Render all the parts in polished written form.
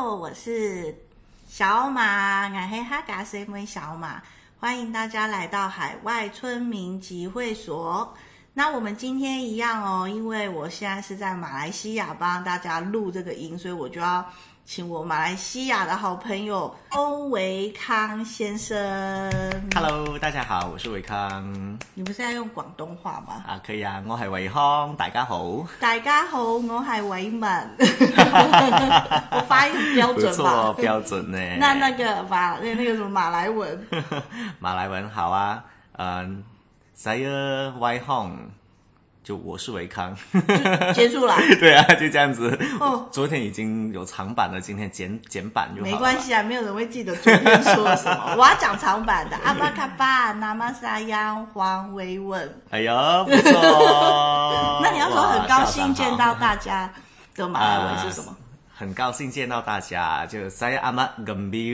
Hello， 我是小马，我是哈嘎西妹小马，欢迎大家来到海外村民集会所。那我们今天一样哦，因为我现在是在马来西亚帮大家录这个音，所以我就要请我马来西亚的好朋友欧维康先生。 Hello， 大家好，我是维康。 你不是在用广东话吗？ 啊，可以啊，我係維康，大家好。 大家好，我係偉文。我發音標準吧？ 不錯，標準呢。 那個那個什麼馬來文？ 馬來文好啊，saya 維康。就我是維康， 結束了。 對啊，就這樣子。哦，昨天已經有長版了，今天簡版就好了。 沒關係啊，沒有人會記得昨天說了什麼。我要講長版的。阿巴卡巴，那麼沙央黃維文。 哎呀，不錯。 那你要說很高興見到大家的馬來文是什麼？ 很高興見到大家，就 saya amat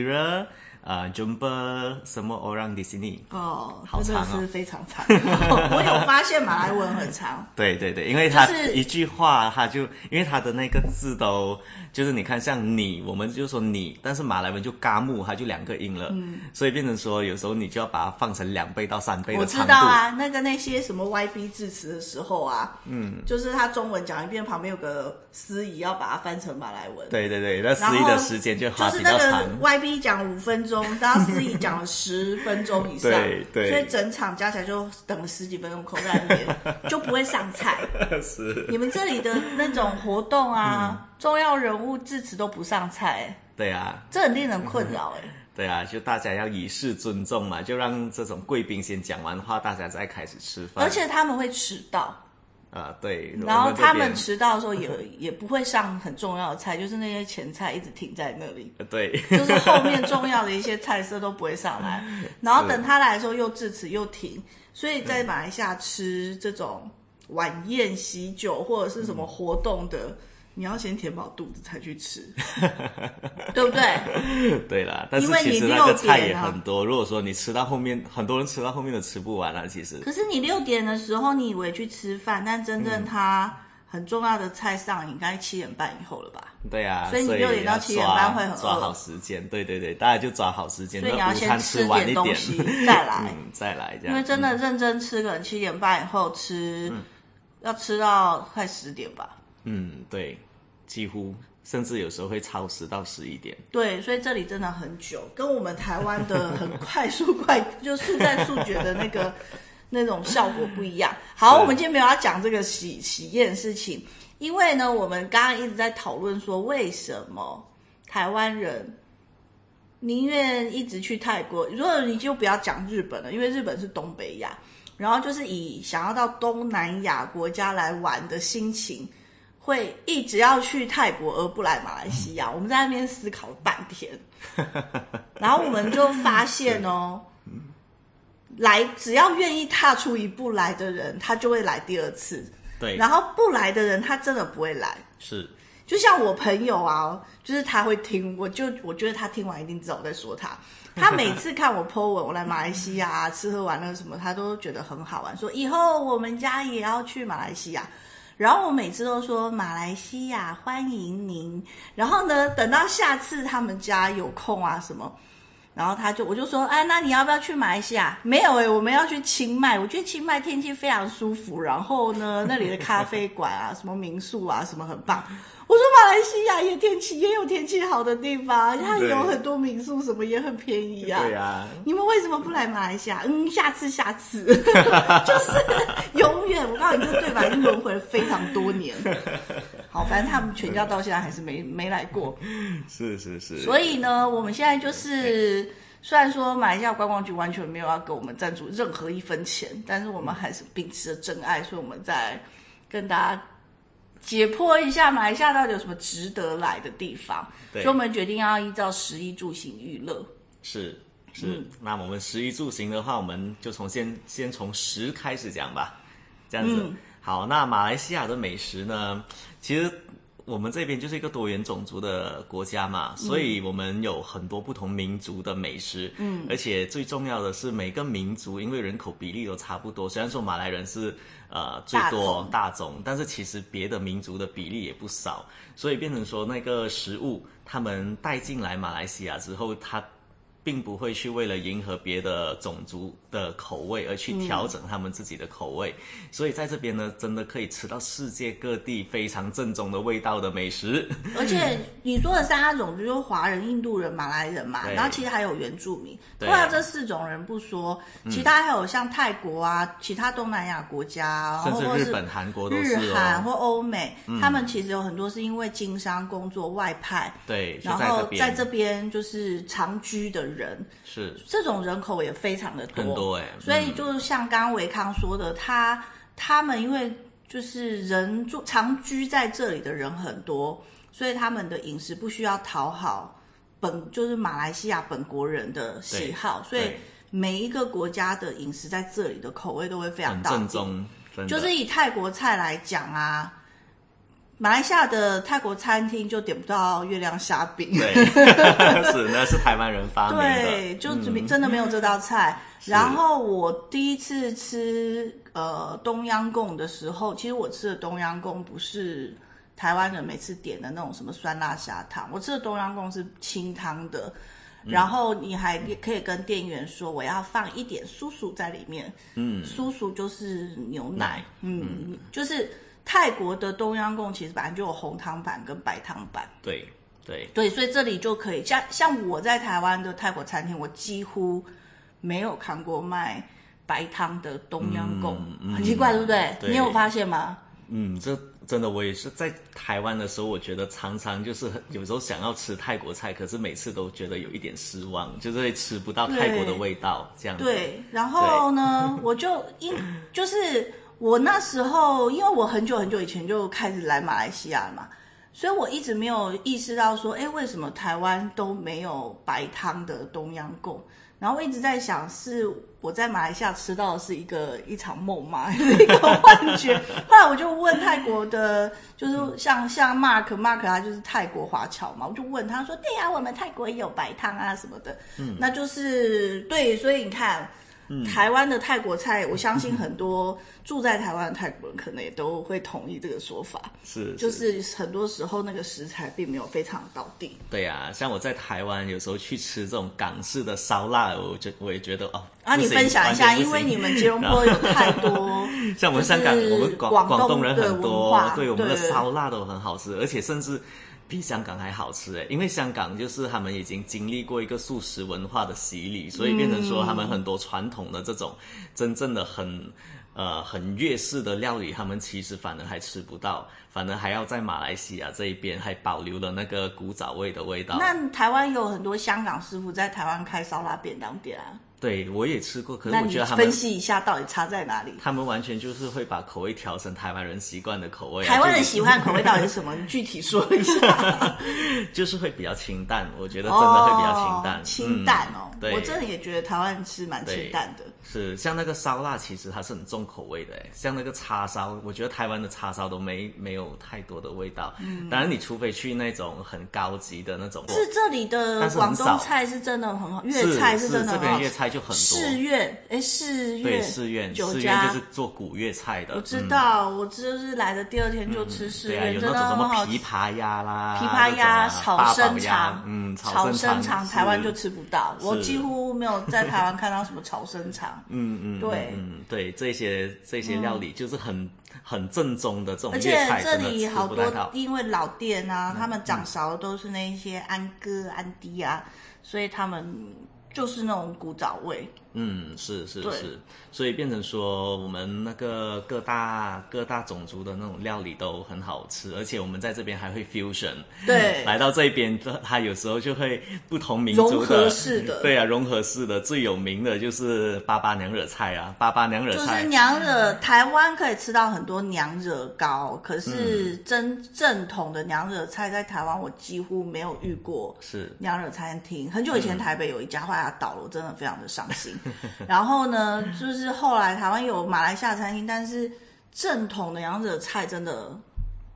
gembira。jumpa semua orang di sini。好長哦， 真的是非常長。我有發現馬來文很長。 對對對，因為它一句話，它就因為它的那個字都，就是你看像你，我們就說你，但是馬來文就嘎木，它就兩個音了，所以變成說有時候你就要把它放成2倍到3倍的長度。 我知道啊，那些什麼 YB 字詞的時候啊，就是他中文講一遍，旁邊有個司儀要把它翻成馬來文。 對對對，那司儀的時間就花比較長。 就是那個 YB 講5分鐘。然後司儀講了10分鐘以上， 對， 所以整場加起來就等了10幾分鐘，口在那邊就不會上菜。 是， 你們這裡的那種活動啊，重要人物致辭都不上菜。 對啊， 這很令人困擾哎。 對啊，就大家要以示尊重嘛，就讓這種貴賓先講完話，大家再開始吃飯。 而且他們會遲到。 對， 然後他們遲到的時候也不會上很重要的菜，就是那些前菜一直停在那裡。 對， 就是後面重要的一些菜色都不會上來，然後等他來的時候又致辭又停，所以在馬來西亞吃這種晚宴喜酒或者是什麼活動的，你要先填飽肚子才去吃，對不對？ 對啦，但是其實那個菜也很多，如果說你吃到後面，很多人吃到後面都吃不完啦，其實。可是你6點的時候，你以為去吃飯，但真正它很重要的菜上應該7點半以後了吧？ 對啊， 所以你6點到7點半會很餓。 抓好時間，對對對，大家就抓好時間， 所以你要先吃點東西再來， 再來這樣。 因為真的認真吃，可能7點半以後吃，要吃到快10點吧。 對，幾乎甚至有時候會超時到11點。 對，所以這裡真的很久，跟我們台灣的很快速就速戰速決的那種效果不一樣。好，我們今天沒有要講這個喜宴的事情，因為呢，我們剛剛一直在討論說，為什麼台灣人寧願一直去泰國，如果你就不要講日本了，因為日本是東北亞，然後就是以想要到東南亞國家來玩的心情，會一直要去泰國而不來馬來西亞。我們在那邊思考了半天，然後我們就發現哦，來只要願意踏出一步來的人，他就會來第2次。 對， 然後不來的人，他真的不會來。 是， 就像我朋友啊，就是他會聽，我覺得他聽完一定知道我在說他。他每次看我 po 文，我來馬來西亞吃喝玩樂什麼，他都覺得很好玩，說以後我們家也要去馬來西亞。然後我每次都說馬來西亞歡迎您。然後呢，等到下次他們家有空啊什麼，然後我就說，哎，那你要不要去馬來西亞？沒有我們要去清邁。我覺得清邁天氣非常舒服，然後呢，那裡的咖啡館啊，什麼民宿啊，什麼很棒。我說馬來西亞也有天氣好的地方，它有很多民宿，什麼也很便宜啊。 對啊， 你們為什麼不來馬來西亞？下次，就是永遠。我告訴你，這個對白已經輪迴了非常多年。好，反正他們全家到現在還是沒來過。 是。 所以呢，我們現在就是雖然說馬來西亞觀光局完全沒有要給我們贊助任何1分錢，但是我們還是秉持着真愛，所以我們在跟大家解剖一下馬來西亞到底有什麼值得來的地方。所以我們決定要依照食衣住行娛樂。 是。那我們食衣住行的話，我們就先從食開始講吧，這樣子。好，那馬來西亞的美食呢，其實我们这边就是一个多元种族的国家嘛，所以我们有很多不同民族的美食，而且最重要的是每个民族因为人口比例都差不多，虽然说马来人是最多大种，但是其实别的民族的比例也不少，所以变成说那个食物他们带进来马来西亚之后，它并不会去为了迎合别的种族的口味而去调整他们自己的口味，所以在这边呢，真的可以吃到世界各地非常正宗的味道的美食。 而且你说的3大种族就是华人、印度人、马来人嘛，然后其实还有原住民。除了这4种人不说，其他还有像泰国啊，其他东南亚国家， 甚至日本、韩国都是日韩或欧美，他们其实有很多是因为经商工作外派， 对， 然后在这边就是长居的人， 是这种人口也非常的多， 很多所以就像刚刚维康说的，他们因为就是长居在这里的人很多，所以他们的饮食不需要讨好就是马来西亚本国人的喜好，所以每一个国家的饮食在这里的口味都会非常到很正宗， 就是以泰国菜来讲啊。马来西亚的泰国餐厅就点不到月亮虾饼， 对，那是台湾人发明的， 对，就真的没有这道菜。然后我第一次吃东央贡的时候，其实我吃的东央贡不是台湾人每次点的那种什么酸辣虾汤，我吃的东央贡是清汤的。然后你还可以跟店员说我要放一点酥酥在里面，酥酥就是牛奶，就是泰国的东央贡其实本来就有红汤版跟白汤版， 对， 所以这里就可以像我在台湾的泰国餐厅，我几乎没有看过卖白汤的东央贡，很奇怪，对不对？你有发现吗？ 这真的我也是在台湾的时候，我觉得常常就是有时候想要吃泰国菜，可是每次都觉得有一点失望，就是会吃不到泰国的味道这样子。 对，然后呢，我就是我那时候，因为我很久很久以前就开始来马来西亚了嘛，所以我一直没有意识到说，为什么台湾都没有白汤的东央贡？然后我一直在想，是我在马来西亚吃到的是一场梦吗？还是一个幻觉？后来我就问泰国的，就是像 Mark 他就是泰国华侨嘛，我就问他说，对呀，我们泰国也有白汤啊什么的，那就是对，所以你看。台湾的泰国菜，我相信很多住在台湾的泰国人可能也都会同意这个说法，就是很多时候那个食材并没有非常到地。 对啊，像我在台湾有时候去吃这种港式的烧腊，我也觉得你分享一下，因为你们吉隆坡有太多， 像我们香港，我们广东人很多，对，我们的烧腊都很好吃，而且甚至比香港还好吃因为香港就是他们已经经历过一个素食文化的洗礼，所以变成说他们很多传统的这种真正的很粤式的料理，他们其实反而还吃不到，反而还要在马来西亚这一边还保留了那个古早味的味道。 那台湾有很多香港师傅在台湾开烧腊便当店啊。 对，我也吃过，可是我觉得他们分析一下到底差在哪里？ 他们完全就是会把口味调成台湾人习惯的口味。 台湾人喜欢的口味到底是什么？你具体说一下。 就是会比较清淡，我觉得真的会比较清淡。 清淡对， 我真的也觉得台湾人吃蛮清淡的。 是，像那个烧腊，其实它是很重口味的像那个叉烧，我觉得台湾的叉烧都没有太多的味道。当然你除非去那种很高级的那种， 是这里的广东菜是真的很好，粤菜是真的很好， 这边粤菜就很多。 士苑酒家就是做古粤菜的。 我知道，我就是来的第2天就吃士苑， 有那种什么琵琶鸭啦， 琵琶鸭、炒生肠， 炒生肠台湾就吃不到，我几乎没有在台湾看到什么炒生肠。 对，这些料理就是很正宗的这种粤菜， 而且这里好多因为老店啊，他们掌勺都是那些安哥、安弟啊，所以他们就是那种古早味。 是，所以变成说我们那个各大种族的那种料理都很好吃，而且我们在这边还会 fusion。对，来到这边，它有时候就会不同民族的融合式的。 对啊，融合式的最有名的就是巴巴娘惹菜啊，巴巴娘惹菜就是娘惹。台湾可以吃到很多娘惹糕，可是正统的娘惹菜在台湾我几乎没有遇过。 是娘惹餐厅，很久以前台北有一家，后来它倒了，我真的非常的伤心。然后呢，就是后来台湾有马来西亚餐厅，但是正统的娘惹菜真的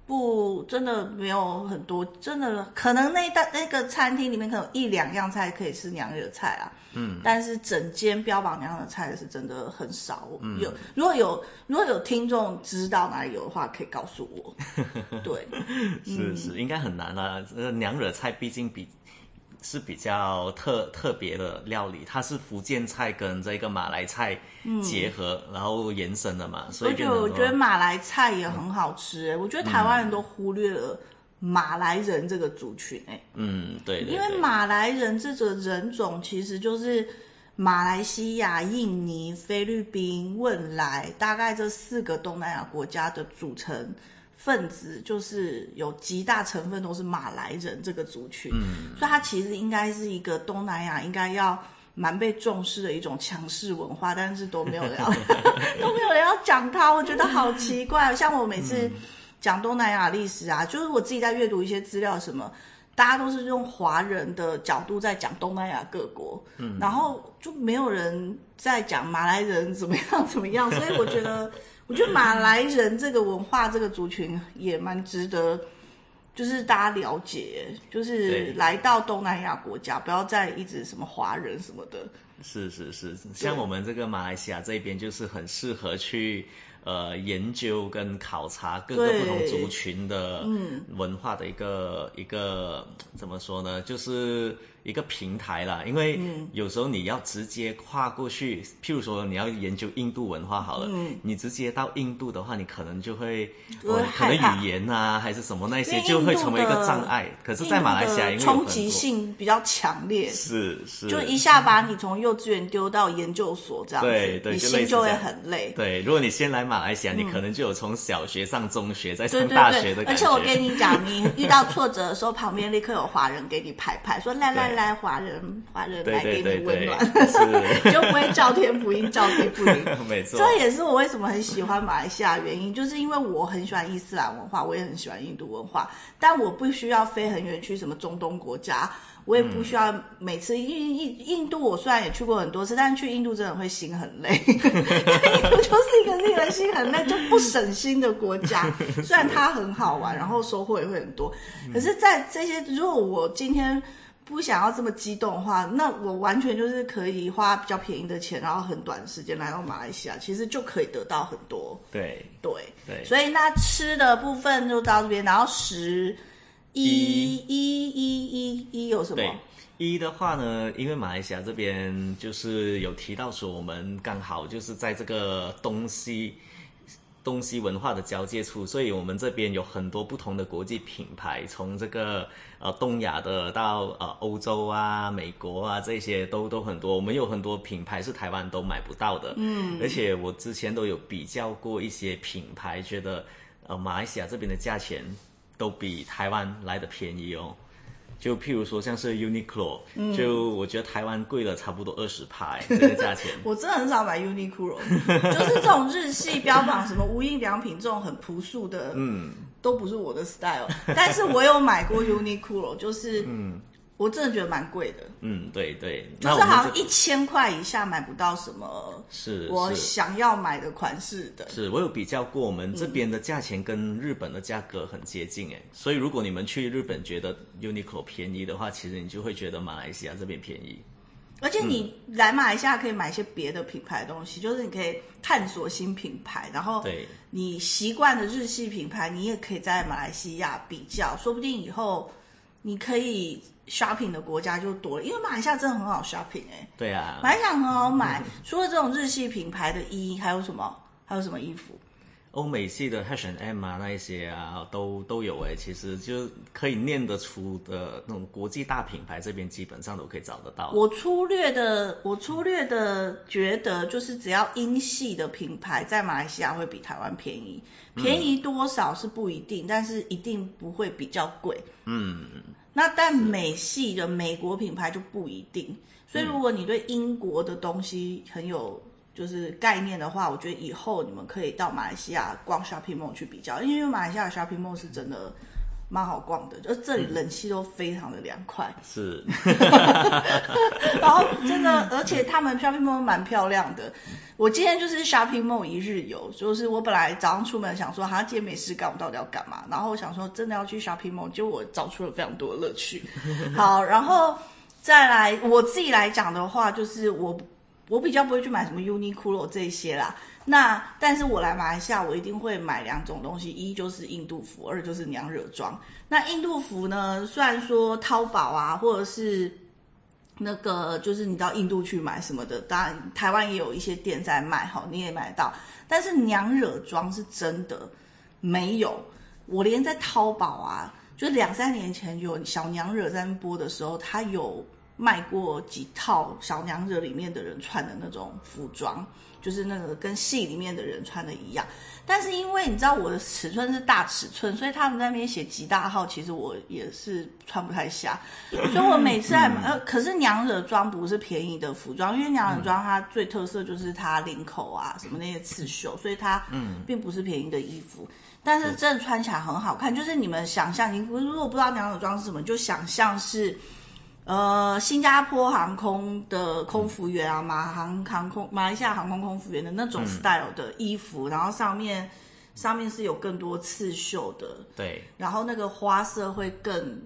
不，真的没有很多，真的可能那个餐厅里面可能有一两样菜可以是娘惹菜啊，但是整间标榜娘惹菜的是真的很少。如果有听众知道哪里有的话，可以告诉我。对， 是应该很难啦。娘惹菜毕竟是比较特别的料理，它是福建菜跟这个马来菜结合，然后延伸的嘛，所以我觉得马来菜也很好吃我觉得台湾人都忽略了马来人这个族群对， 因为马来人这个人种其实就是马来西亚、印尼、菲律宾、汶莱，大概这4个东南亚国家的组成分子，就是有极大成分都是马来人这个族群，所以它其实应该是一个东南亚应该要蛮被重视的一种强势文化，但是都没有人要都没有人要讲它，我觉得好奇怪。像我每次讲东南亚历史啊，就是我自己在阅读一些资料什么，大家都是用华人的角度在讲东南亚各国，然后就没有人在讲马来人怎么样，所以我觉得马来人这个文化这个族群也蛮值得，就是大家了解，就是来到东南亚国家，不要再一直什么华人什么的。 是，像我们这个马来西亚这边就是很适合去研究跟考察各个不同族群的文化的一个怎么说呢，就是一个平台啦。因为有时候你要直接跨过去，譬如说你要研究印度文化好了，你直接到印度的话，你可能就会可能语言啊还是什么那些就会成为一个障碍。可是在马来西亚因为冲击性比较强烈， 是就一下把你从幼稚园丢到研究所这样子， 对， 你心就会很累。 对，如果你先来马来西亚，你可能就有从小学上中学再上大学的感觉。 而且我跟你讲，你遇到挫折的时候，旁边立刻有华人给你拍拍，说来，华人来给你温暖， 是就不会叫天不应，叫地不灵。 没错， 这也是我为什么很喜欢马来西亚的原因，就是因为我很喜欢伊斯兰文化，我也很喜欢印度文化，但我不需要飞很远去什么中东国家。我也不需要每次印度，我虽然也去过很多次，但是去印度真的会心很累。印度就是一个令人心很累就不省心的国家，虽然它很好玩，然后收获也会很多，可是在这些，如果我今天不想要这么激动的话，那我完全就是可以花比较便宜的钱，然后很短的时间来到马来西亚，其实就可以得到很多。 对， 所以那吃的部分就到这边，然后一有什么？ 一的话呢，因为马来西亚这边就是有提到说，我们刚好就是在这个东西文化的交界处，所以我们这边有很多不同的国际品牌，从这个东亚的到欧洲啊、美国啊这些都很多。我们有很多品牌是台湾都买不到的，而且我之前都有比较过一些品牌，觉得马来西亚这边的价钱都比台湾来的便宜哦。就譬如说像是 Uniqlo，就我觉得台湾贵了差不多20%这个价钱。 我真的很少买 Uniqlo， 就是这种日系标榜什么无印良品这种很朴素的，都不是我的 style。但是我有买过 Uniqlo， 就是我真的觉得蛮贵的。 对， 就是好像1000块以下买不到什么是我想要买的款式的。 是我有比较过，我们这边的价钱跟日本的价格很接近所以如果你们去日本觉得 Uniqlo 便宜的话，其实你就会觉得马来西亚这边便宜。 而且你来马来西亚可以买一些别的品牌的东西，就是你可以探索新品牌，然后你习惯的日系品牌，你也可以在马来西亚比较，说不定以后你可以 shopping 的国家就多了，因为马来西亚真的很好 shopping 对啊， 马来西亚很好买，除了这种日系品牌的还有什么衣服？ 欧美系的 H&M 啊那一些啊都有其实就可以念得出的那种国际大品牌，这边基本上都可以找得到。 我粗略的觉得，就是只要英系的品牌在马来西亚会比台湾便宜，便宜多少是不一定，但是一定不会比较贵。那但美系的美国品牌就不一定，所以如果你对英国的东西很有就是概念的话，我觉得以后你们可以到马来西亚逛 shopping mall 去比较，因为马来西亚的 shopping mall 是真的蛮好逛的，就这里冷气都非常的凉快。 是， 然后真的，而且他们 shopping mall 蛮漂亮的。我今天就是 shopping mall 一日游，就是我本来早上出门想说，好像今天没事干，我到底要干嘛？然后我想说，真的要去 shopping mall，结果我找出了非常多的乐趣。好，然后再来我自己来讲的话，就是我比较不会去买什么 Uniqlo 这些啦。但是我来马来西亚，我一定会买2种东西，一就是印度服，二就是娘惹装。那印度服呢，虽然说淘宝啊，或者是那个就是你到印度去买什么的，当然台湾也有一些店在卖，好，你也买得到。但是娘惹装是真的没有，我连在淘宝啊，就2-3年前有小娘惹在播的时候，他有卖过几套小娘惹里面的人穿的那种服装，就是那个跟戏里面的人穿的一样。但是因为你知道我的尺寸是大尺寸，所以他们在那边写极大号，其实我也是穿不太下。所以我每次可是娘惹装不是便宜的服装，因为娘惹装它最特色就是它领口啊什么那些刺绣，所以它并不是便宜的衣服。但是真的穿起来很好看，就是你们想象，你如果不知道娘惹装是什么，就想象是新加坡航空的空服员啊，马来西亚航空空服员的那种 style 的衣服，然后上面是有更多刺绣的， 对， 然后那个花色会更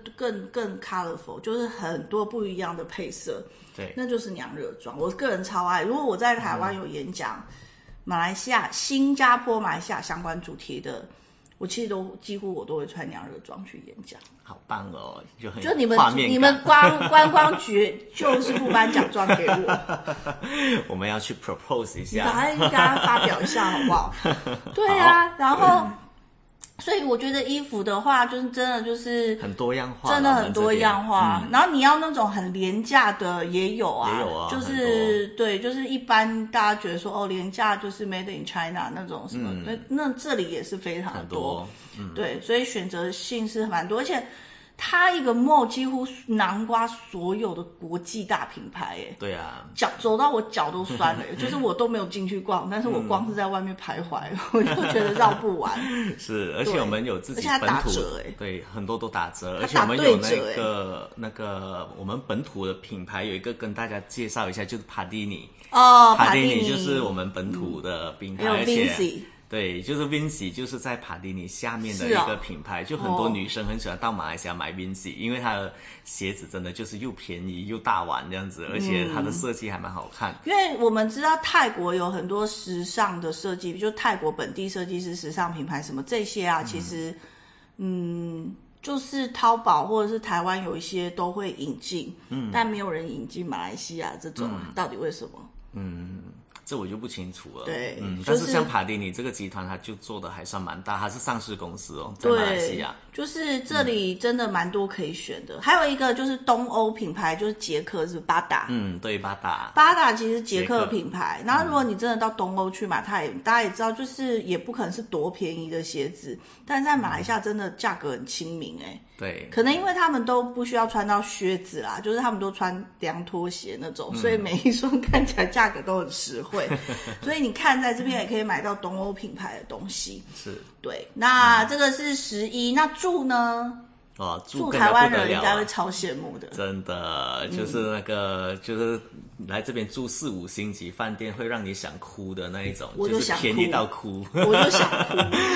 colorful， 就是很多不一样的配色， 对， 那就是娘惹装。我个人超爱，如果我在台湾有演讲，马来西亚、新加坡、马来西亚相关主题的，我其实几乎我都会穿娘惹装去演讲。 好棒哦， 就你们观光局就是不颁奖状给我， 我们要去 propose 一下， 赶快跟大家发表一下好不好？对啊，然后所以我觉得衣服的话，就是真的就是很多样化， 真的很多样化。然后你要那种很廉价的也有啊， 也有啊， 就是对，就是一般大家觉得说廉价就是 Made in China 那种什么，那这里也是非常多，对，所以选择性是蛮多，而且它一个 mall 几乎囊括所有的国际大品牌， 对啊， 走到我脚都酸了，就是我都没有进去逛，但是我光是在外面徘徊，我就觉得绕不完。 是，而且我们有自己本土，对，很多都打折，而且我们有那个我们本土的品牌有一个跟大家介绍一下，就是帕蒂尼帕蒂尼就是我们本土的品牌，而且。对，就是 Vinci， 就是在帕蒂尼下面的一个品牌，就很多女生很喜欢到马来西亚买 Vinci， 因为它的鞋子真的就是又便宜又大碗这样子，而且它的设计还蛮好看。 因为我们知道泰国有很多时尚的设计，就泰国本地设计师、时尚品牌什么这些啊，其实就是淘宝或者是台湾有一些都会引进，但没有人引进马来西亚这种，到底为什么？ 这我就不清楚了。 对， 但是像帕蒂尼这个集团，它就做的还算蛮大，它是上市公司哦，在马来西亚。 就是这里真的蛮多可以选的。还有一个就是东欧品牌，就是捷克是巴达。 对，巴达。 巴达其实捷克品牌，然后如果你真的到东欧去买，大家也知道，就是也不可能是多便宜的鞋子，但是在马来西亚真的价格很亲民对， 可能因为他们都不需要穿到靴子啦，就是他们都穿凉拖鞋那种，所以每一双看起来价格都很实惠。所以你看在这边也可以买到东欧品牌的东西。 是， 对。那这个是11，那住呢？住台湾人应该会超羡慕的， 真的就是那个就是来这边住4-5星级饭店会让你想哭的那一种，就是便宜到哭， 我就想哭。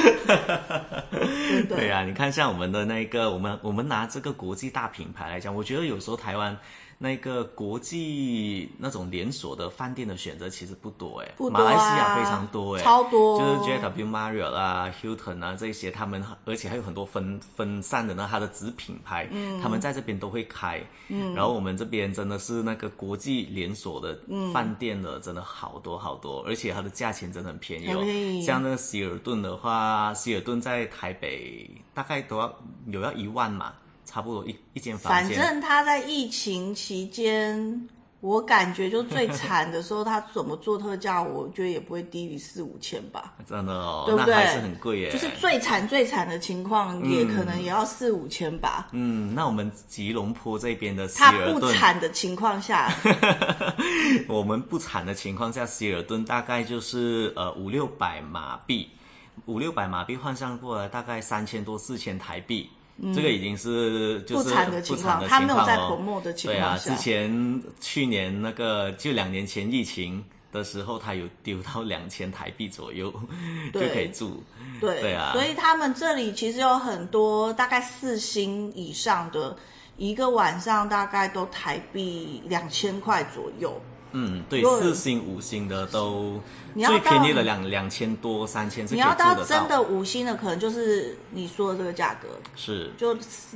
对啊，你看像我们的那个，我们拿这个国际大品牌来讲，我觉得有时候台湾那个国际那种连锁的饭店的选择其实不多不多啊， 马来西亚非常多超多， 就是 JW Marriott 啊 Hilton 啊这些，他们而且还有很多分散的呢，它的子品牌，他们在这边都会开，然后我们这边真的是那个国际连锁的饭店的，真的好多好多，而且它的价钱真的很便宜哦。像那个希尔顿的话，希尔顿在台北大概都要1万嘛。差不多一间房间。 反正他在疫情期间，我感觉就最惨的时候，他怎么做特价，我觉得也不会低于4-5千吧。 真的哦， 对不对？ 那还是很贵耶。 就是最惨的情况，也可能也要4-5千吧。 那我们吉隆坡这边的希尔顿， 他不惨的情况下， 我们不惨的情况下，希尔顿大概就是500-600马币。 500-600马币换算过来大概3000多4000台币。这个已经是就是不惨的情况，他没有在promote的情况下。 对啊，之前去年那个就2年前疫情的时候，他有丢到2000台币左右就可以住。对啊， 所以他们这里其实有很多大概4星以上的，一个晚上大概都台币2000块左右。 对，4星5星的都最便宜的2000多3000。 你要到真的5星的，可能就是你说的这个价格， 是就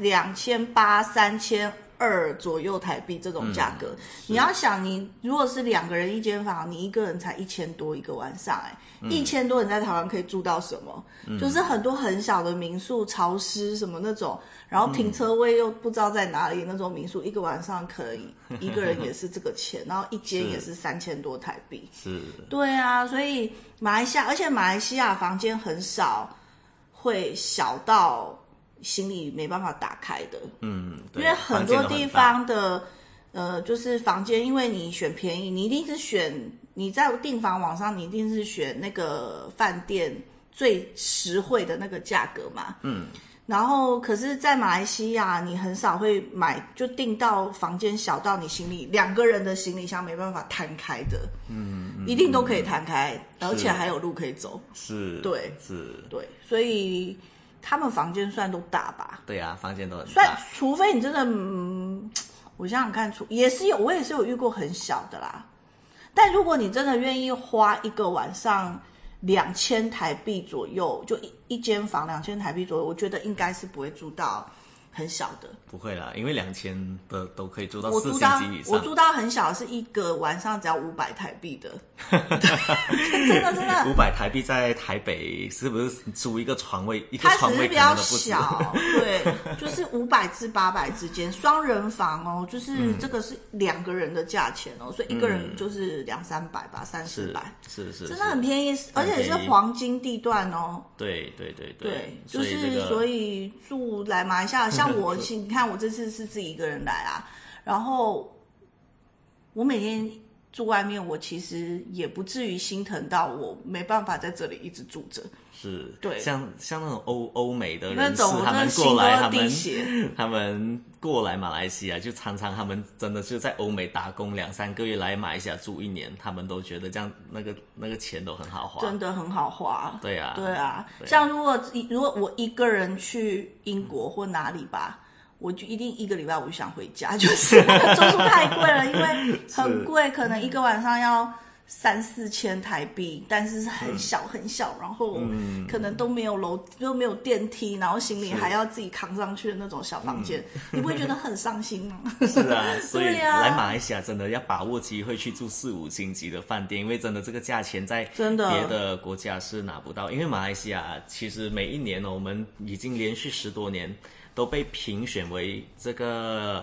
2800、3200左右台币这种价格。你要想，你如果是2个人一间房，你一个人才1000多一个晚上，1000多你在台湾可以住到什么？就是很多很小的民宿、潮湿什么那种，然后停车位又不知道在哪里那种民宿，一个晚上可以一个人也是这个钱，然后一间也是3000多台币。 是， 对啊，所以而且马来西亚房间很少会小到行李没办法打开的。因为很多地方的就是房间，因为你选便宜，你一定是选你在订房网上，你一定是选那个饭店最实惠的那个价格嘛。然后可是，在马来西亚，你很少会就订到房间小到你行李2个人的行李箱没办法摊开的。一定都可以摊开，而且还有路可以走。 是， 对， 是， 对，所以他们房间算都大吧？ 对啊，房间都很大。 算，除非你真的，我想想看，我也是有遇过很小的啦。但如果你真的愿意花一个晚上2000台币左右，就一间房2000台币左右，我觉得应该是不会住到很小的。 不会啦，因为2000的都可以住到4星级以上。 我住到很小的是一个晚上只要500台币的。真的 500台币在台北是不是租一个床位？一个床位它只是比较小，对，就是500至800之间，双人房哦，就是这个是2个人的价钱哦，所以一个人就是200-300吧，300-400， 是， 真的很便宜，而且是黄金地段哦。 对， 就是所以住来马来西亚，像我，你看我这次是自己一个人来啊，然后我每天住外面，我其实也不至于心疼到我没办法在这里一直住着。 是， 对， 像那种欧美的人士， 他们过来，他们过来马来西亚，就常常他们真的就在欧美打工2-3个月，来马来西亚住1年，他们都觉得这样那个钱都很好花， 真的很好花。 对啊， 像如果我一个人去英国或哪里吧，我就一定1个礼拜我就想回家，就是那个住宿太贵了，因为很贵，可能一个晚上要3-4千台币，但是很小很小，然后可能都没有电梯，然后行李还要自己扛上去的那种小房间，你不会觉得很伤心吗？ 是啊，所以来马来西亚真的要把握机会去住4-5星级的饭店，因为真的这个价钱在别的国家是拿不到，因为马来西亚其实每一年我们已经连续10多年都被评选为这个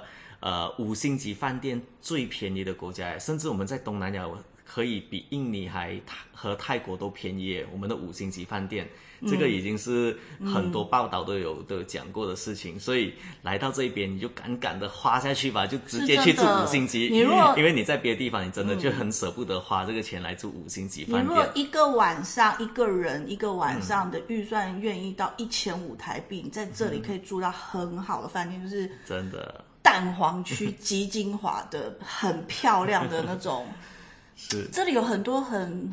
5星级饭店最便宜的国家，甚至我们在东南亚可以比印尼和泰国都便宜耶，我们的5星级饭店，这个已经是很多报道都有讲过的事情，所以来到这边你就敢的花下去吧，就直接去住5星级。因为你在别的地方你真的就很舍不得花这个钱来住5星级饭店。 你如果一个晚上一个人一个晚上的预算愿意到1500台币，你在这里可以住到很好的饭店，就是真的蛋黄区极精华的很漂亮的那种。 是， 这里有很多很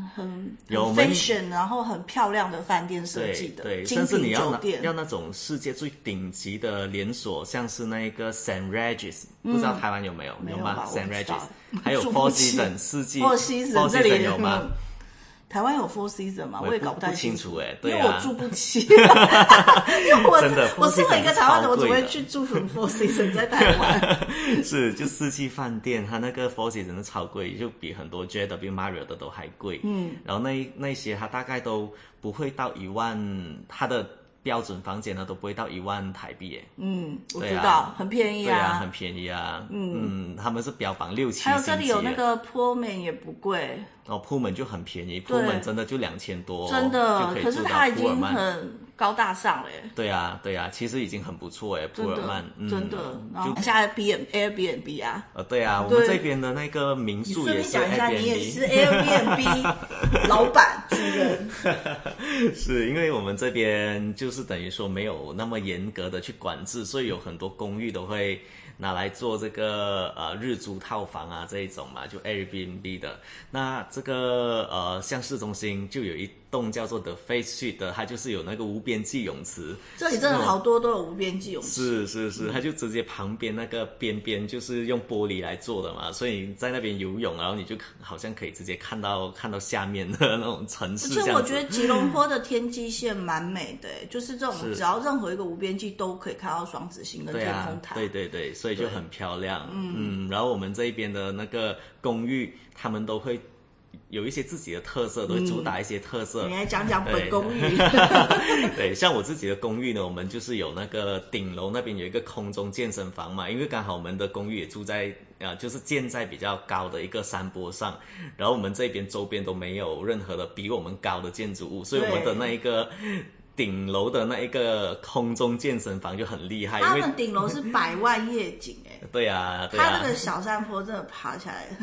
fashion， 然后很漂亮的饭店设计的， 对， 精品酒店， 要那种世界最顶级的连锁，像是那个 St. Regis，不知道台湾有没有？有吗 ？St. Regis， 还有 Four Seasons 四季 ，Four Seasons 这里有吗？ 台湾有 Four Seasons 吗？我也搞不太清楚哎， 对啊， 因为我住不起。因为我身为一个台湾人，我只会去住 Four Seasons 在台湾。 是，就四季饭店，它那个 Four Seasons 超贵，就比很多 JW Marriott 的都还贵。然后那些它大概都不会到1万，它的标准房间呢都不会到1万台币耶。 我知道，很便宜啊。 对啊，很便宜啊。他们是标榜6-7星级。 还有这里有那个 Pullman 也不贵。 Pullman 就很便宜，Pullman 真的就2000多， 真的。可是它已经高大上嘞。 对啊，对啊，其实已经很不错哎，普尔曼， 真的。然后现在 Airbnb 啊， 对啊，我们这边的那个民宿也是 Airbnb。 你讲一下，你也是 Airbnb 老板主人。 是因为我们这边就是等于说没有那么严格的去管制，所以有很多公寓都会拿来做这个日租套房啊这一种嘛，就 Airbnb 的。那这个像市中心就有一栋叫做 The Face Suite 的，它就是有那个无边际泳池。 这里真的好多都有无边际泳池。 是，它就直接旁边那个边边就是用玻璃来做的嘛，所以你在那边游泳，然后你就好像可以直接看到下面的那种城市。 而且我觉得吉隆坡的天际线蛮美的，就是这种只要任何一个无边际都可以看到双子星跟天空塔。 对，所以就很漂亮。然后我们这边的那个公寓，他们都会有一些自己的特色，都会主打一些特色。 你来讲讲本公寓。 对，像我自己的公寓呢，我们就是有那个顶楼那边有一个空中健身房嘛，因为刚好我们的公寓也住在就是建在比较高的一个山坡上，然后我们这边周边都没有任何的比我们高的建筑物，所以我们的那一个顶楼的那一个空中健身房就很厉害。 他们顶楼是百万夜景对啊， 他那个小山坡真的爬起来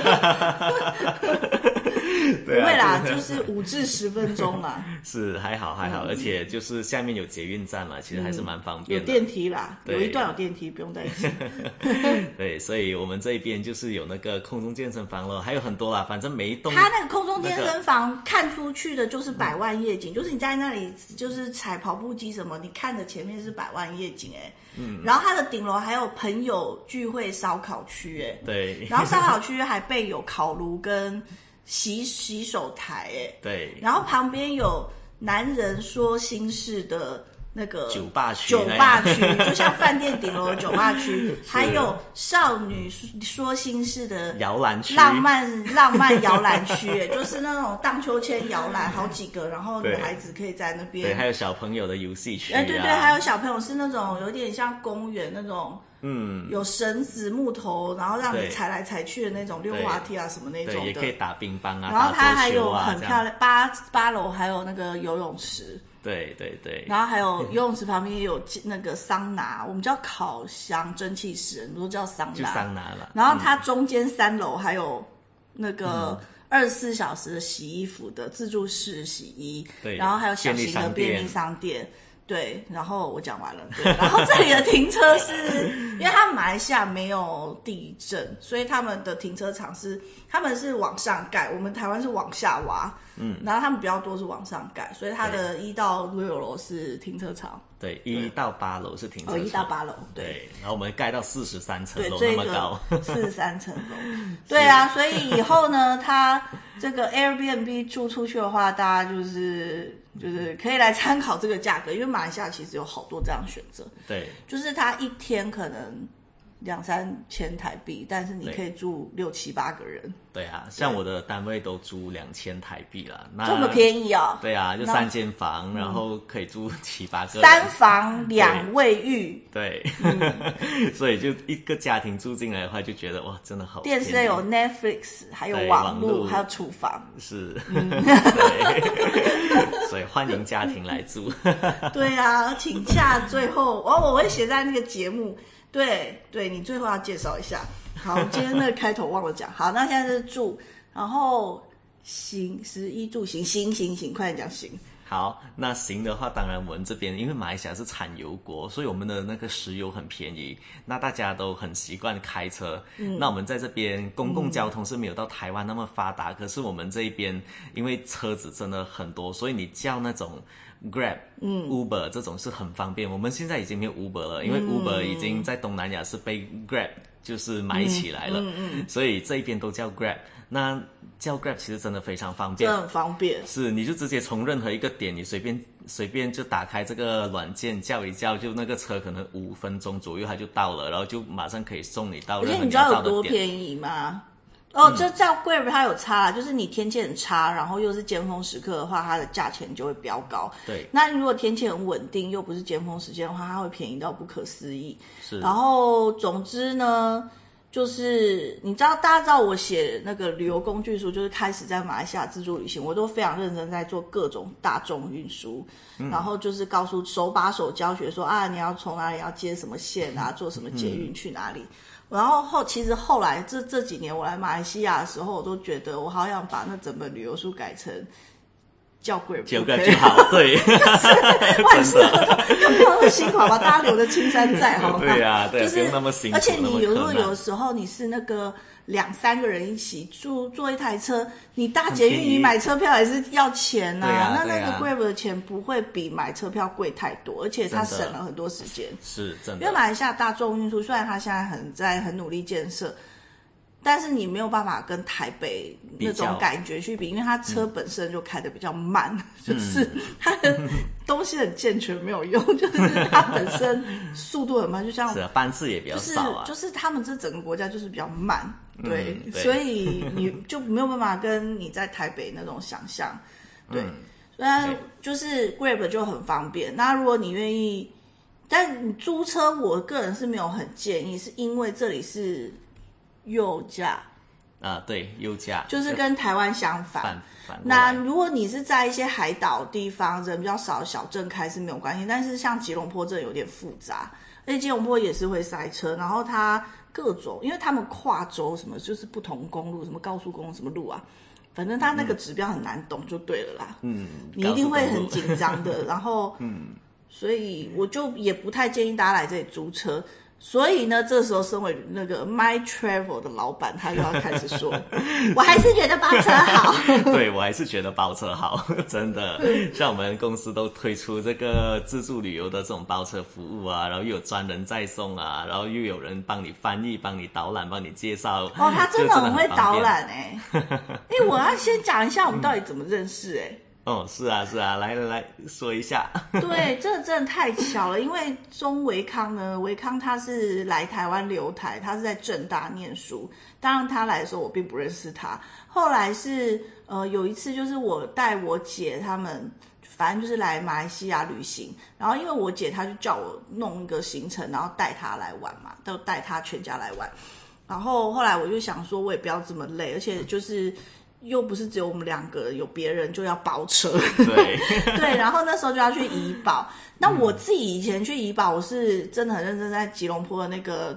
对啊， 不会啦，就是5至10分钟啦。 是还好，而且就是下面有捷运站嘛，其实还是蛮方便的。 有电梯啦，有一段有电梯，不用担心。 对，所以我们这边就是有那个空中健身房了，还有很多啦，反正每一栋。 它那个空中健身房看出去的就是百万夜景，就是你在那里就是踩跑步机什么，你看着前面是百万夜景然后它的顶楼还有朋友聚会烧烤区对， 然后烧烤区还备有烤炉跟洗手台对， 然后旁边有男人说心事的那个酒吧区， 就像饭店顶楼的酒吧区，还有少女说心事的摇篮区， 浪漫摇篮区，就是那种荡秋千摇篮好几个，然后女孩子可以在那边。 对，还有小朋友的游戏区。 对，还有小朋友是那种有点像公园那种。有绳子木头，然后让你踩来踩去的那种溜滑梯啊什么那种的。 对，也可以打乒乓啊， 然后它还有很漂亮八楼还有那个游泳池。 对， 然后还有游泳池旁边也有那个桑拿，我们叫烤箱蒸汽室，人都叫桑拿。 就桑拿了。 然后它中间3楼还有那个24小时的洗衣服的自助式洗衣， 对， 然后还有小型的便利商店。对，然后我讲完了。对，然后这里的停车是因为他们马来西亚没有地震，所以他们的停车场他们是往上盖，我们台湾是往下挖。然后他们比较多是往上盖，所以它的1到6楼是停车场。 对，1到8楼是停车场。 1到8楼， 对。然后我们盖到43层楼那么高 ，43层楼。对啊，所以以后呢，它这个 Airbnb 住出去的话，大家就是可以来参考这个价格，因为马来西亚其实有好多这样选择。 对， 就是它一天可能2-3千台币，但是你可以住6、7、8个人。 对啊，像我的单位都租2000台币啦，那这么便宜哦。 对啊，就3间房，然后可以住7、8个人。 3房2卫浴。 对，所以就一个家庭住进来的话，就觉得哇，真的好便宜。 电视有 Netflix， 还有网络，还有厨房。 是，对，所以欢迎家庭来住。 对啊，请假最后我会写在那个节目。对，你最后要介绍一下。好，今天那个开头忘了讲。好，那现在是住，然后11住行，快点讲行。 好，那行的话，当然我们这边因为马来西亚是产油国，所以我们的那个石油很便宜，那大家都很习惯开车。那我们在这边公共交通是没有到台湾那么发达，可是我们这一边因为车子真的很多，所以你叫那种Grab、Uber 这种是很方便。我们现在已经没有 Uber 了，因为 Uber 已经在东南亚是被 Grab 就是买起来了，所以这一边都叫 Grab。那叫 Grab 其实真的非常方便， 真的很方便。 是，你就直接从任何一个点，你随便就打开这个软件叫一叫，就那个车可能5分钟左右它就到了，然后就马上可以送你到任何你要到的点。而且你知道有多便宜吗？这叫 Grab 它有差啦，就是你天气很差，然后又是尖峰时刻的话，它的价钱就会飙高。 对， 那如果天气很稳定，又不是尖峰时间的话，它会便宜到不可思议。 是， 然后总之呢， 就是你知道，大家知道我写那个旅游工具书，就是开始在马来西亚自助旅行，我都非常认真在做各种大众运输，然后就是告诉手把手教学说啊，你要从哪里要接什么线啊，坐什么捷运去哪里。然后其实后来这几年我来马来西亚的时候，我都觉得我好想把那整本旅游书改成叫 Grab 就好，对， 万事合同，要不要那么辛苦吧？大家留着青山在，好吗？ 对呀，对， 就是不用那么辛苦。 而且你如果有的时候你是那个2-3个人一起坐一台车，你搭捷运，你买车票也是要钱呐、那个 Grab 的钱不会比买车票贵太多，而且它省了很多时间。 是真的， 因为马来西亚大众运输虽然它现在很努力建设。但是你没有办法跟台北那种感觉去比，因为它车本身就开得比较慢，就是它的东西很健全没有用，就是它本身速度很慢，就像是班次也比较少啊， 就是他们这整个国家就是比较慢，对，所以你就没有办法跟你在台北那种想象，对，虽然就是 Grab 就很方便，那如果你愿意，但你租车，我个人是没有很建议，是因为这里是。右驾对，右驾就是跟台湾相反。那如果你是在一些海岛地方人比较少的小镇开是没有关系，但是像吉隆坡这有点复杂，而且吉隆坡也是会塞车，然后它各种，因为他们跨州什么就是不同公路，什么高速公路什么路啊，反正它那个指标很难懂就对了啦。你一定会很紧张的，然后所以我就也不太建议大家来这里租车。所以呢，这时候身为那个 My Travel 的老板，他就要开始说，我还是觉得包车好。 对，我还是觉得包车好，真的。像我们公司都推出这个自助旅游的这种包车服务啊，然后又有专人载送啊，然后又有人帮你翻译、帮你导览、帮你介绍。 哦，他真的很会导览欸。我要先讲一下我们到底怎么认识欸。 是啊，来说一下。 对，这个真的太巧了，因为钟维康呢，维康他是来台湾留台，他是在政大念书。当然他来的时候我并不认识他，后来是有一次就是我带我姐他们，反正就是来马来西亚旅行，然后因为我姐她就叫我弄一个行程，然后带她来玩嘛，都带她全家来玩。然后后来我就想说，我也不要这么累，而且就是又不是只有我们2个，有别人就要包车。 对对，然后那时候就要去怡保。那我自己以前去怡保，我是真的很认真在吉隆坡的那个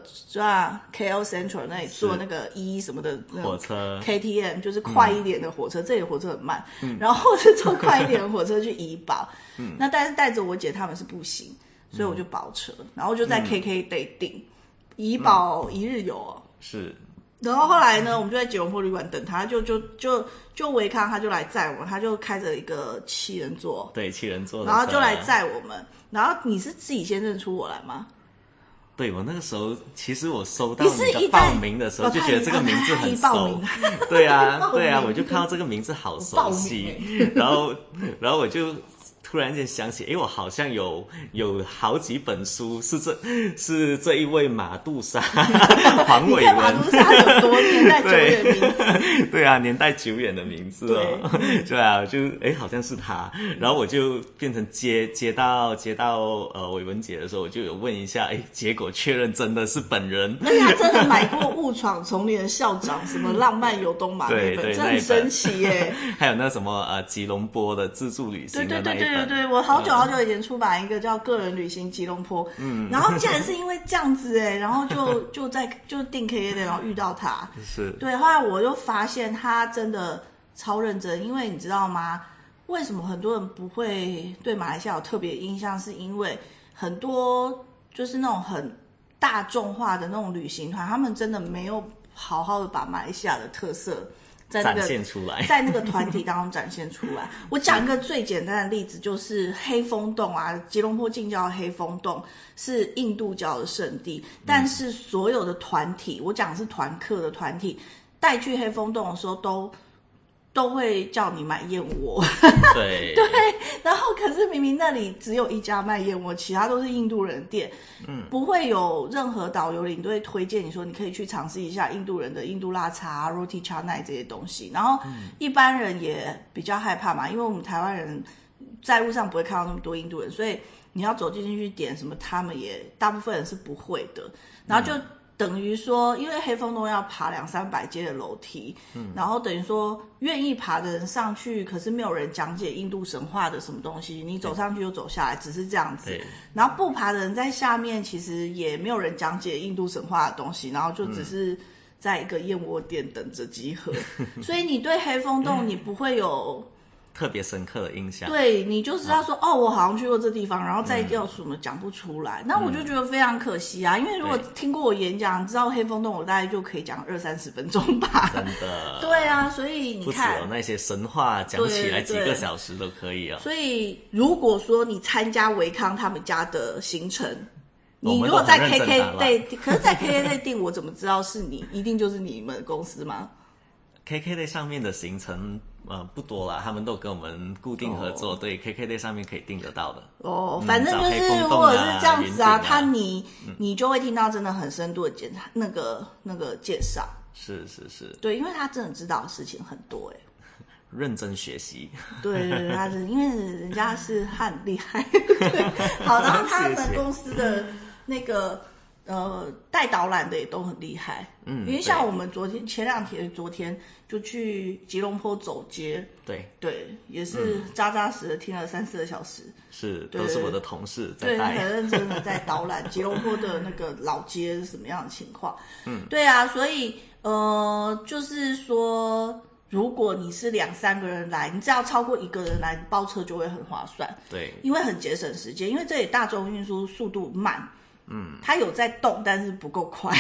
KL Central 那里坐那个什么的火车 KTM， 就是快一点的火车。这里火车很慢，然后我是坐快一点的火车去怡保。那但是带着我姐他们是不行，所以我就包车，然后就在 KKday 订怡保1日游哦。 是。 然后后来呢，我们就在吉隆坡旅馆等他，就维康他就来载我们，他就开着一个7人座， 对，7人座的车， 然后就来载我们。然后你是自己先认出我来吗？ 对，我那个时候其实我收到你的报名的时候，就觉得这个名字很熟。对啊，我就看到这个名字好熟悉，然后我就突然间想起，我好像有好几本书是这一位马杜莎黄伟文。马杜莎有多年代久远的名字？对啊，年代久远的名字哦。对啊，就好像是他。然后我就变成接到伟文姐的时候，我就有问一下，结果确认真的是本人。 而且他真的买过《误闯丛林的校长》什么《浪漫游东马》那本，真的很神奇耶。 还有那什么吉隆坡的自助旅行的那一本。 对，我好久以前出版一个叫《个人旅行吉隆坡》，然后竟然是因为这样子然后就订 KK 的，然后遇到他， 是对，后来我就发现他真的超认真，因为你知道吗？为什么很多人不会对马来西亚有特别印象？是因为很多就是那种很大众化的那种旅行团，他们真的没有好好的把马来西亚的特色展现出来， 在那个团体当中展现出来。我讲一个最简单的例子，就是黑风洞啊，吉隆坡近郊的黑风洞是印度教的圣地，但是所有的团体，我讲的是团客的团体，带去黑风洞的时候都会叫你买燕窝。 对对，然后可是明明那里只有一家卖燕窝，其他都是印度人店，不会有任何导游领队推荐你说你可以去尝试一下印度人的印度拉茶、roti canai 这些东西。然后一般人也比较害怕嘛，因为我们台湾人在路上不会看到那么多印度人，所以你要走进去点什么，他们也大部分人是不会的。然后等于说，因为黑风洞要爬200-300阶的楼梯，然后等于说愿意爬的人上去，可是没有人讲解印度神话的什么东西，你走上去就走下来，只是这样子。然后不爬的人在下面，其实也没有人讲解印度神话的东西，然后就只是在一个燕窝店等着集合。所以你对黑风洞你不会有特别深刻的印象， 对，你就知道说哦，我好像去过这地方，然后再要什么讲不出来，那我就觉得非常可惜啊。因为如果听过我演讲，知道黑风洞，我大概就可以讲20-30分钟吧。 真的， 对啊，所以你看， 不只有那些神话讲起来几个小时都可以啊。 所以如果说你参加维康他们家的行程，你如果在 KK 对，可是在 KK 内订，我怎么知道是你？一定就是你们公司吗 ？KK Day 上面的行程不多啦，他们都跟我们固定合作，对 KK Day 上面可以订得到的。 反正就是如果是这样子啊，你就会听到真的很深度的那个介绍。 是， 对，因为他真的知道的事情很多认真学习。 对，他是因为人家是他很厉害。对，好，然后他们公司的那个。带导览的也都很厉害，因为像我们前两天就去吉隆坡走街，对，也是扎扎实的听了3-4个小时， 是，都是我的同事在带， 对，很认真的在导览吉隆坡的那个老街是什么样的情况，对啊，所以就是说，如果你是2-3个人来，你只要超过1个人来，包车就会很划算， 对， 因为很节省时间，因为这里大众运输速度慢。它有在动，但是不够快。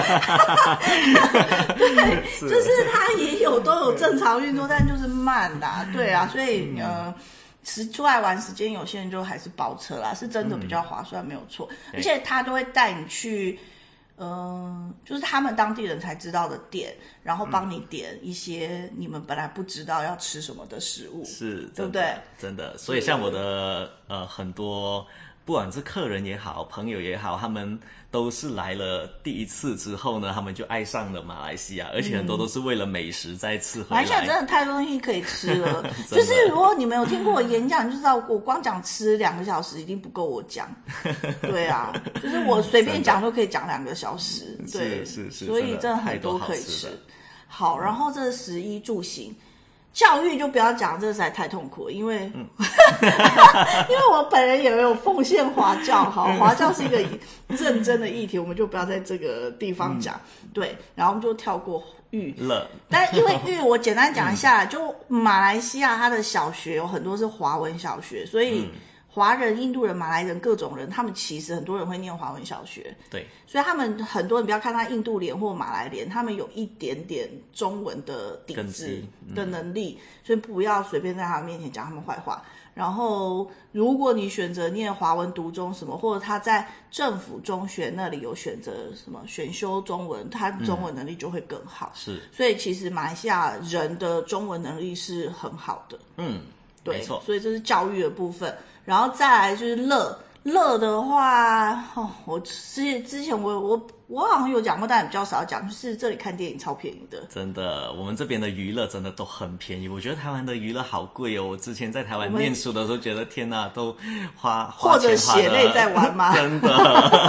对，就是它也都有正常运作，但就是慢啦。对啊，所以出来玩时间有些人就还是包车啦，是真的比较划算，没有错。而且他都会带你去。就是他们当地人才知道的店，然后帮你点一些你们本来不知道要吃什么的食物， 是， 对不对？ 真的，所以像我的很多。不管是客人也好，朋友也好，他们都是来了第一次之后呢，他们就爱上了马来西亚，而且很多都是为了美食再次回来。 马来西亚真的太多东西可以吃了，就是如果你们有听过我演讲，就知道我光讲吃2个小时一定不够我讲。对啊，就是我随便讲都可以讲2个小时。对， 是， 所以真的很多可以吃。好，然后这食衣住行。教育就不要讲，这实在太痛苦了，因为因为我本人也有奉献华教，好，华教是一个认真的议题，我们就不要在这个地方讲，对，然后我们就跳过育乐， 但因为育，我简单讲一下，就马来西亚它的小学有很多是华文小学，所以华人、印度人、马来人各种人，他们其实很多人会念华文小学， 对， 所以他们很多人不要看他印度脸或马来脸，他们有一点点中文的底子的能力，所以不要随便在他们面前讲他们坏话。然后，如果你选择念华文读中什么，或者他在政府中学那里有选择什么选修中文，他中文能力就会更好。 是， 所以其实马来西亚人的中文能力是很好的。对， 没错。 所以这是教育的部分。然后再来就是乐的话，我之前我好像有讲过，但比较少讲，就是这里看电影超便宜的。 真的，我们这边的娱乐真的都很便宜。我觉得台湾的娱乐好贵哦。我之前在台湾念书的时候，觉得天哪，都花或者血泪在玩吗？ 真的。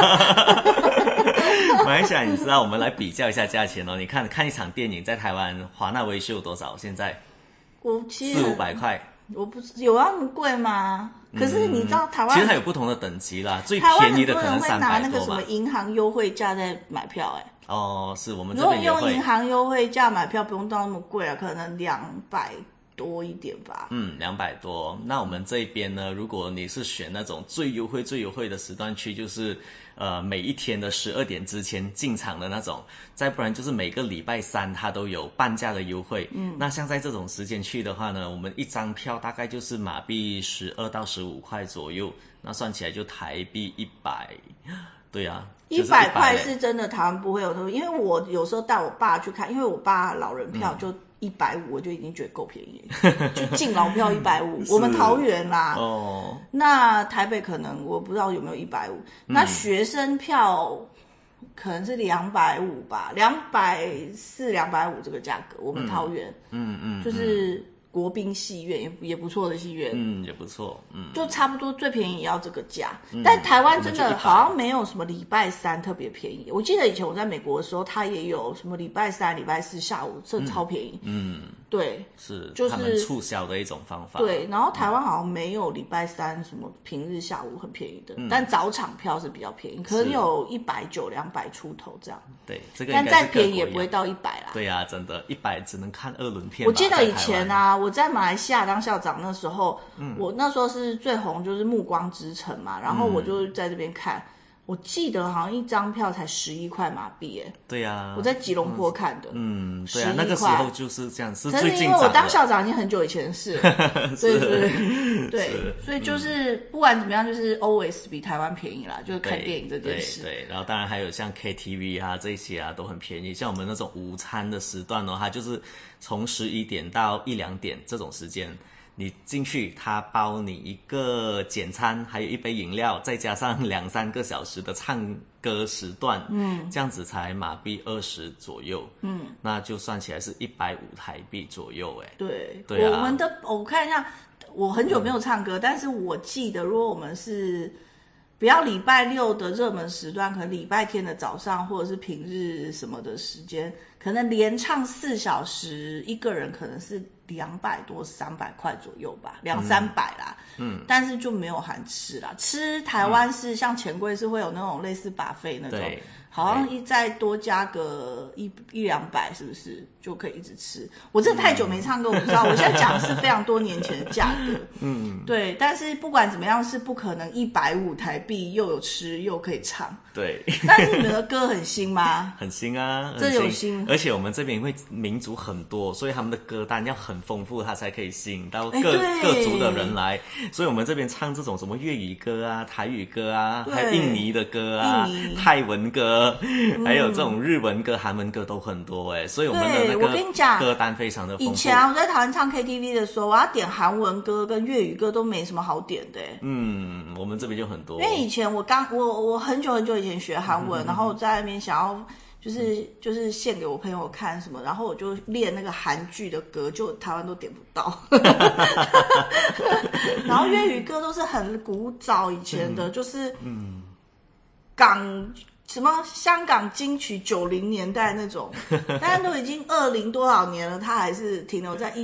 马来西亚，你知道，我们来比较一下价钱哦。你看一场电影在台湾华纳威秀多少？现在400-500块。 我不有那么贵吗？可是你知道台湾其实它有不同的等级啦，最便宜的可能300多吧。台湾很多人会拿那个什么银行优惠价在买票是我们这边也会。 如果用银行优惠价买票，不用到那么贵啊，可能200多一点吧。 200多。那我们这边呢，如果你是选那种最优惠的时段去，就是每一天的12点之前进场的那种，再不然就是每个礼拜3它都有半价的优惠。那像在这种时间去的话呢，我们一张票大概就是马币12到15块左右，那算起来就台币100。对啊 ，100块是真的台湾不会有那么，因为我有时候带我爸去看，因为我爸老人票就150，我就已经觉得够便宜了，就敬老票150，我们桃园啦。那台北可能我不知道有没有150，那学生票可能是250吧，240、250这个价格，我们桃园，就是国宾戏院也不错的戏院， 也不错， 就差不多最便宜也要这个价。但台湾真的好像没有什么礼拜三特别便宜。我记得以前我在美国的时候，它也有什么礼拜三、礼拜四下午，这超便宜。对， 是就是他们促销的一种方法。 对，然后台湾好像没有礼拜三什么平日下午很便宜的，但早场票是比较便宜，可能有190、200出头这样。 对，这个但再便宜也不会到100啦。 对啊，真的，100只能看2轮片吧。 我记得以前啊，我在马来西亚当校长那时候，我那时候是最红就是《暮光之城》嘛，然后我就在这边看。我记得好像一张票才11块马币， 对呀， 我在吉隆坡看的， 对啊，那个时候就是这样，是最近因为我当校长已经很久以前的事，对，所以就是不管怎么样，就是 always 比台湾便宜啦，就是看电影这件事。 对，然后当然还有像 KTV 啊这些啊都很便宜，像我们那种午餐的时段它就是从11点到1、2点这种时间。你进去，他包你一个简餐，还有一杯饮料，再加上2、3个小时的唱歌时段，这样子才马币20左右，那就算起来是150台币左右，对啊。 我看一下，我很久没有唱歌，但是我记得如果我们是不要礼拜六的热门时段，可能礼拜天的早上或者是平日什么的时间，可能连唱4小时，一个人可能是200多300块左右吧，200-300啦。但是就没有含吃啦。吃台湾是像钱柜是会有那种类似buffet那种，好像再多加个100-200，是不是就可以一直吃？我真的太久没唱歌，我不知道。我现在讲的是非常多年前的价格，对。但是不管怎么样，是不可能150台币又有吃又可以唱。 对。 但是你们的歌很新吗？ 很新啊， 这有新。 而且我们这边会民族很多，所以他们的歌单要很丰富，它才可以吸引到各族的人来。所以我们这边唱这种什么粤语歌啊、台语歌啊，还有印尼的歌啊、泰文歌，还有这种日文歌、韩文歌都很多所以我们的那个歌单非常的丰富。 以前我在台湾唱 KTV 的时候，我要点韩文歌跟粤语歌都没什么好点的我们这边就很多。 因为以前我很久以前学韩文，然后我在那边想要就是献给我朋友看什么，然后我就练那个韩剧的歌，就台湾都点不到。然后粤语歌都是很古早以前的，就是什么香港金曲90年代那种，但都已经20多少年了，它还是停留在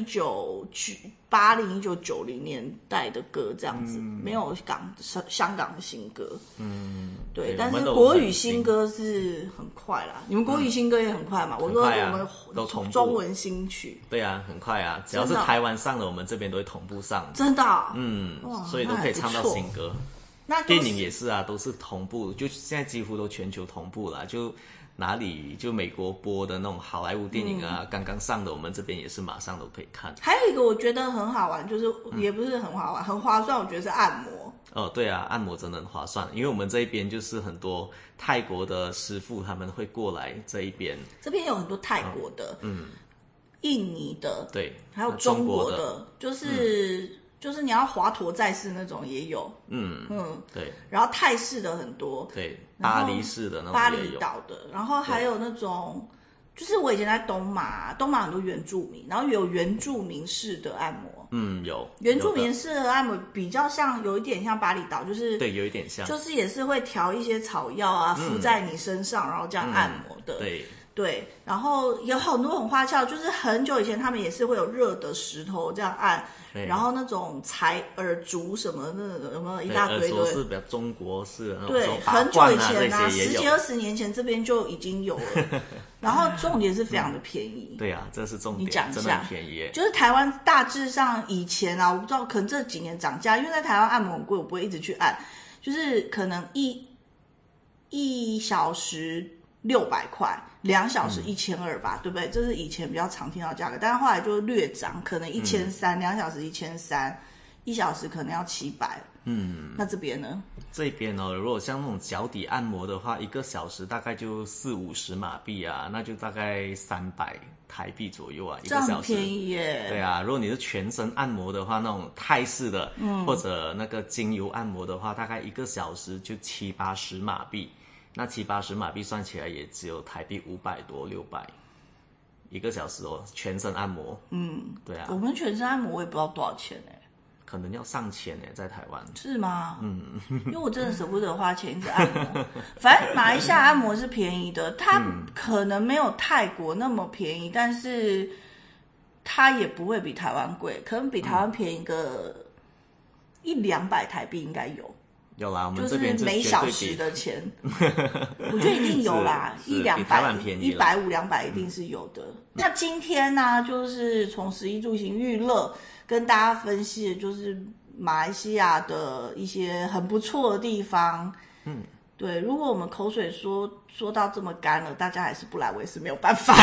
1980-1990年代的歌这样子，没有香港的新歌。对，但是国语新歌是很快啦。你们国语新歌也很快嘛？我说我们都同步中文新曲。 对啊，很快啊，只要是台湾上的，我们这边都会同步上。 真的所以都可以唱到新歌。 那电影也是啊，都是同步，就现在几乎都全球同步了。就哪里就美国播的那种好莱坞电影啊，刚刚上的，我们这边也是马上都可以看。 还有一个我觉得很好玩，就是也不是很好玩，很划算，我觉得是按摩。 对啊，按摩真的很划算，因为我们这一边就是很多泰国的师傅他们会过来这一边。 这边有很多泰国的，印尼的， 对， 还有中国的，就是你要华佗在世那种也有， 对， 然后泰式的很多， 对，巴黎式的那种巴厘岛的，然后还有那种，就是我以前在东马很多原住民，然后有原住民式的按摩， 有原住民式的按摩比较像，有一点像巴厘岛，就是对，有一点像， 就是也是会调一些草药啊，敷在你身上，然后这样按摩的，对，然后有很多很花俏，就是很久以前他们也是会有热的石头这样按，然后那种采耳烛什么的，有没有一大堆的？ 耳烛是比较中国式的那种， 对，很久以前啊，10几20年前这边就已经有了。然后重点是非常的便宜。 对啊，这是重点， 你讲一下， 真的很便宜耶。 就是台湾大致上以前啊，我不知道，可能这几年涨价，因为在台湾按摩很贵，我不会一直去按，就是可能一小时600块，2小时1200吧，对不对？这是以前比较常听到的价格，但是后来就略涨，可能1300，2小时1300，1小时可能要700。那这边呢？ 这边呢，如果像那种脚底按摩的话，1个小时大概就40-50马币啊，那就大概300台币左右啊，1个小时。 这样便宜耶。 对啊，如果你是全身按摩的话，那种泰式的，或者那个精油按摩的话，大概1个小时就70-80马币。那70-80马币算起来也只有台币500多600。 1个小时哦，全身按摩。对啊， 我们全身按摩我也不知道多少钱可能要上千在台湾。 是吗？因为我真的舍不得花钱一直按摩。反正马来西亚按摩是便宜的，它可能没有泰国那么便宜，但是它也不会比台湾贵，可能比台湾便宜个100-200台币应该有。 有啦，我们这边就是每小时的钱，我觉得一定有啦，100-200，150-200一定是有的。那今天呢，就是从食衣住行娱乐跟大家分析的，就是马来西亚的一些很不错的地方。对，如果我们口水说到这么干了，大家还是不来，我也是没有办法。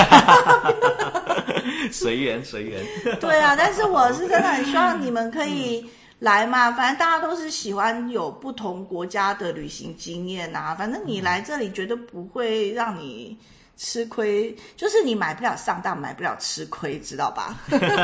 随缘。 对啊，但是我是真的很希望你们可以来嘛，反正大家都是喜欢有不同国家的旅行经验啊。反正你来这里绝对不会让你吃亏，就是你买不了上当，买不了吃亏，知道吧？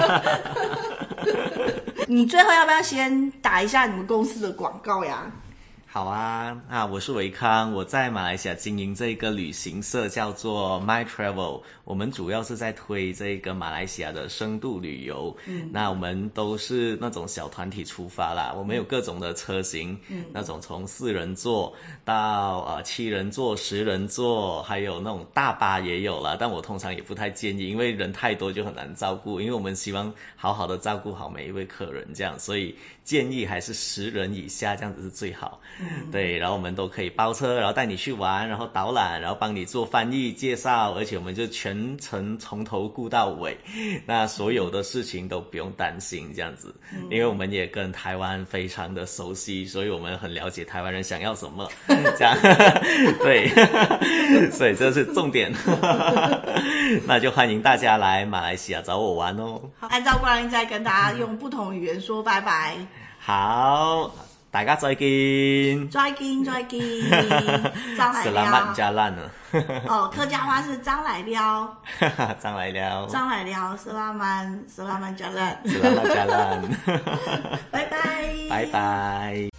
你最后要不要先打一下你们公司的广告呀？ 好啊，我是维康，我在马来西亚经营这个旅行社叫做 My Travel， 我们主要是在推这个马来西亚的深度旅游。那我们都是那种小团体出发啦，我们有各种的车型，那种从4人座到7人座、10人座，还有那种大巴也有啦。但我通常也不太建议，因为人太多就很难照顾，因为我们希望好好的照顾好每一位客人，这样，所以建议还是10人以下这样子是最好。对，然后我们都可以包车，然后带你去玩，然后导览，然后帮你做翻译介绍，而且我们就全程从头顾到尾，那所有的事情都不用担心这样子，因为我们也跟台湾非常的熟悉，所以我们很了解台湾人想要什么，这样对，所以这是重点。那就欢迎大家来马来西亚找我玩哦。 好，按照惯例再跟大家用不同语言說拜拜。 好，大家再見。 再見，張來了。 Selamat jalan 哦，客家話是張來了。 張來了。 Selamat jalan。 Selamat jalan。 拜拜。 拜拜。